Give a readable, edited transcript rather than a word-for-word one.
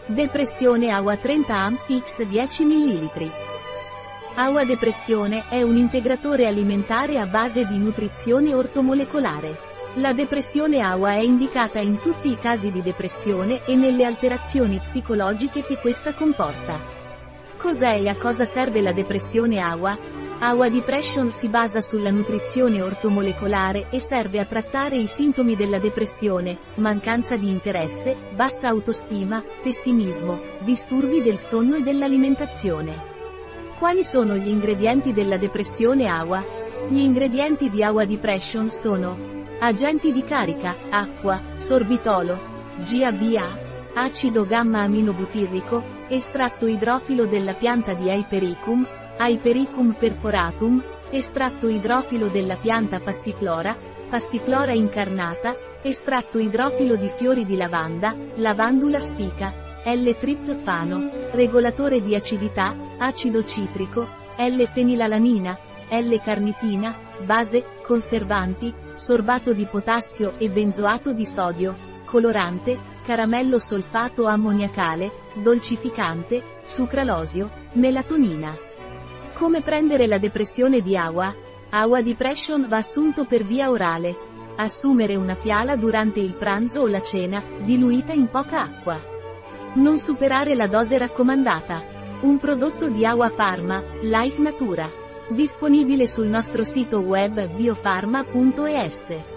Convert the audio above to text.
Depressione Aua 30 Amp X 10 ml. Aua Depressione è un integratore alimentare a base di nutrizione ortomolecolare. La depressione Aua è indicata in tutti i casi di depressione e nelle alterazioni psicologiche che questa comporta. Cos'è e a cosa serve la depressione Aua? Aua Depression si basa sulla nutrizione ortomolecolare e serve a trattare i sintomi della depressione, mancanza di interesse, bassa autostima, pessimismo, disturbi del sonno e dell'alimentazione. Quali sono gli ingredienti della depressione Aua? Gli ingredienti di Aua Depression sono agenti di carica, acqua, sorbitolo, GABA, acido gamma-aminobutirrico, estratto idrofilo della pianta di Hypericum, Hypericum perforatum, estratto idrofilo della pianta Passiflora, Passiflora incarnata, estratto idrofilo di fiori di lavanda, Lavandula spica, L-triptofano, regolatore di acidità, acido citrico, L-fenilalanina, L-carnitina, base, conservanti, sorbato di potassio e benzoato di sodio, colorante, caramello solfato ammoniacale, dolcificante, sucralosio, melatonina. Come prendere la depressione di Aua? Aua Depression va assunto per via orale. Assumere una fiala durante il pranzo o la cena, diluita in poca acqua. Non superare la dose raccomandata. Un prodotto di Aua Pharma, Life Natura. Disponibile sul nostro sito web biofarma.es.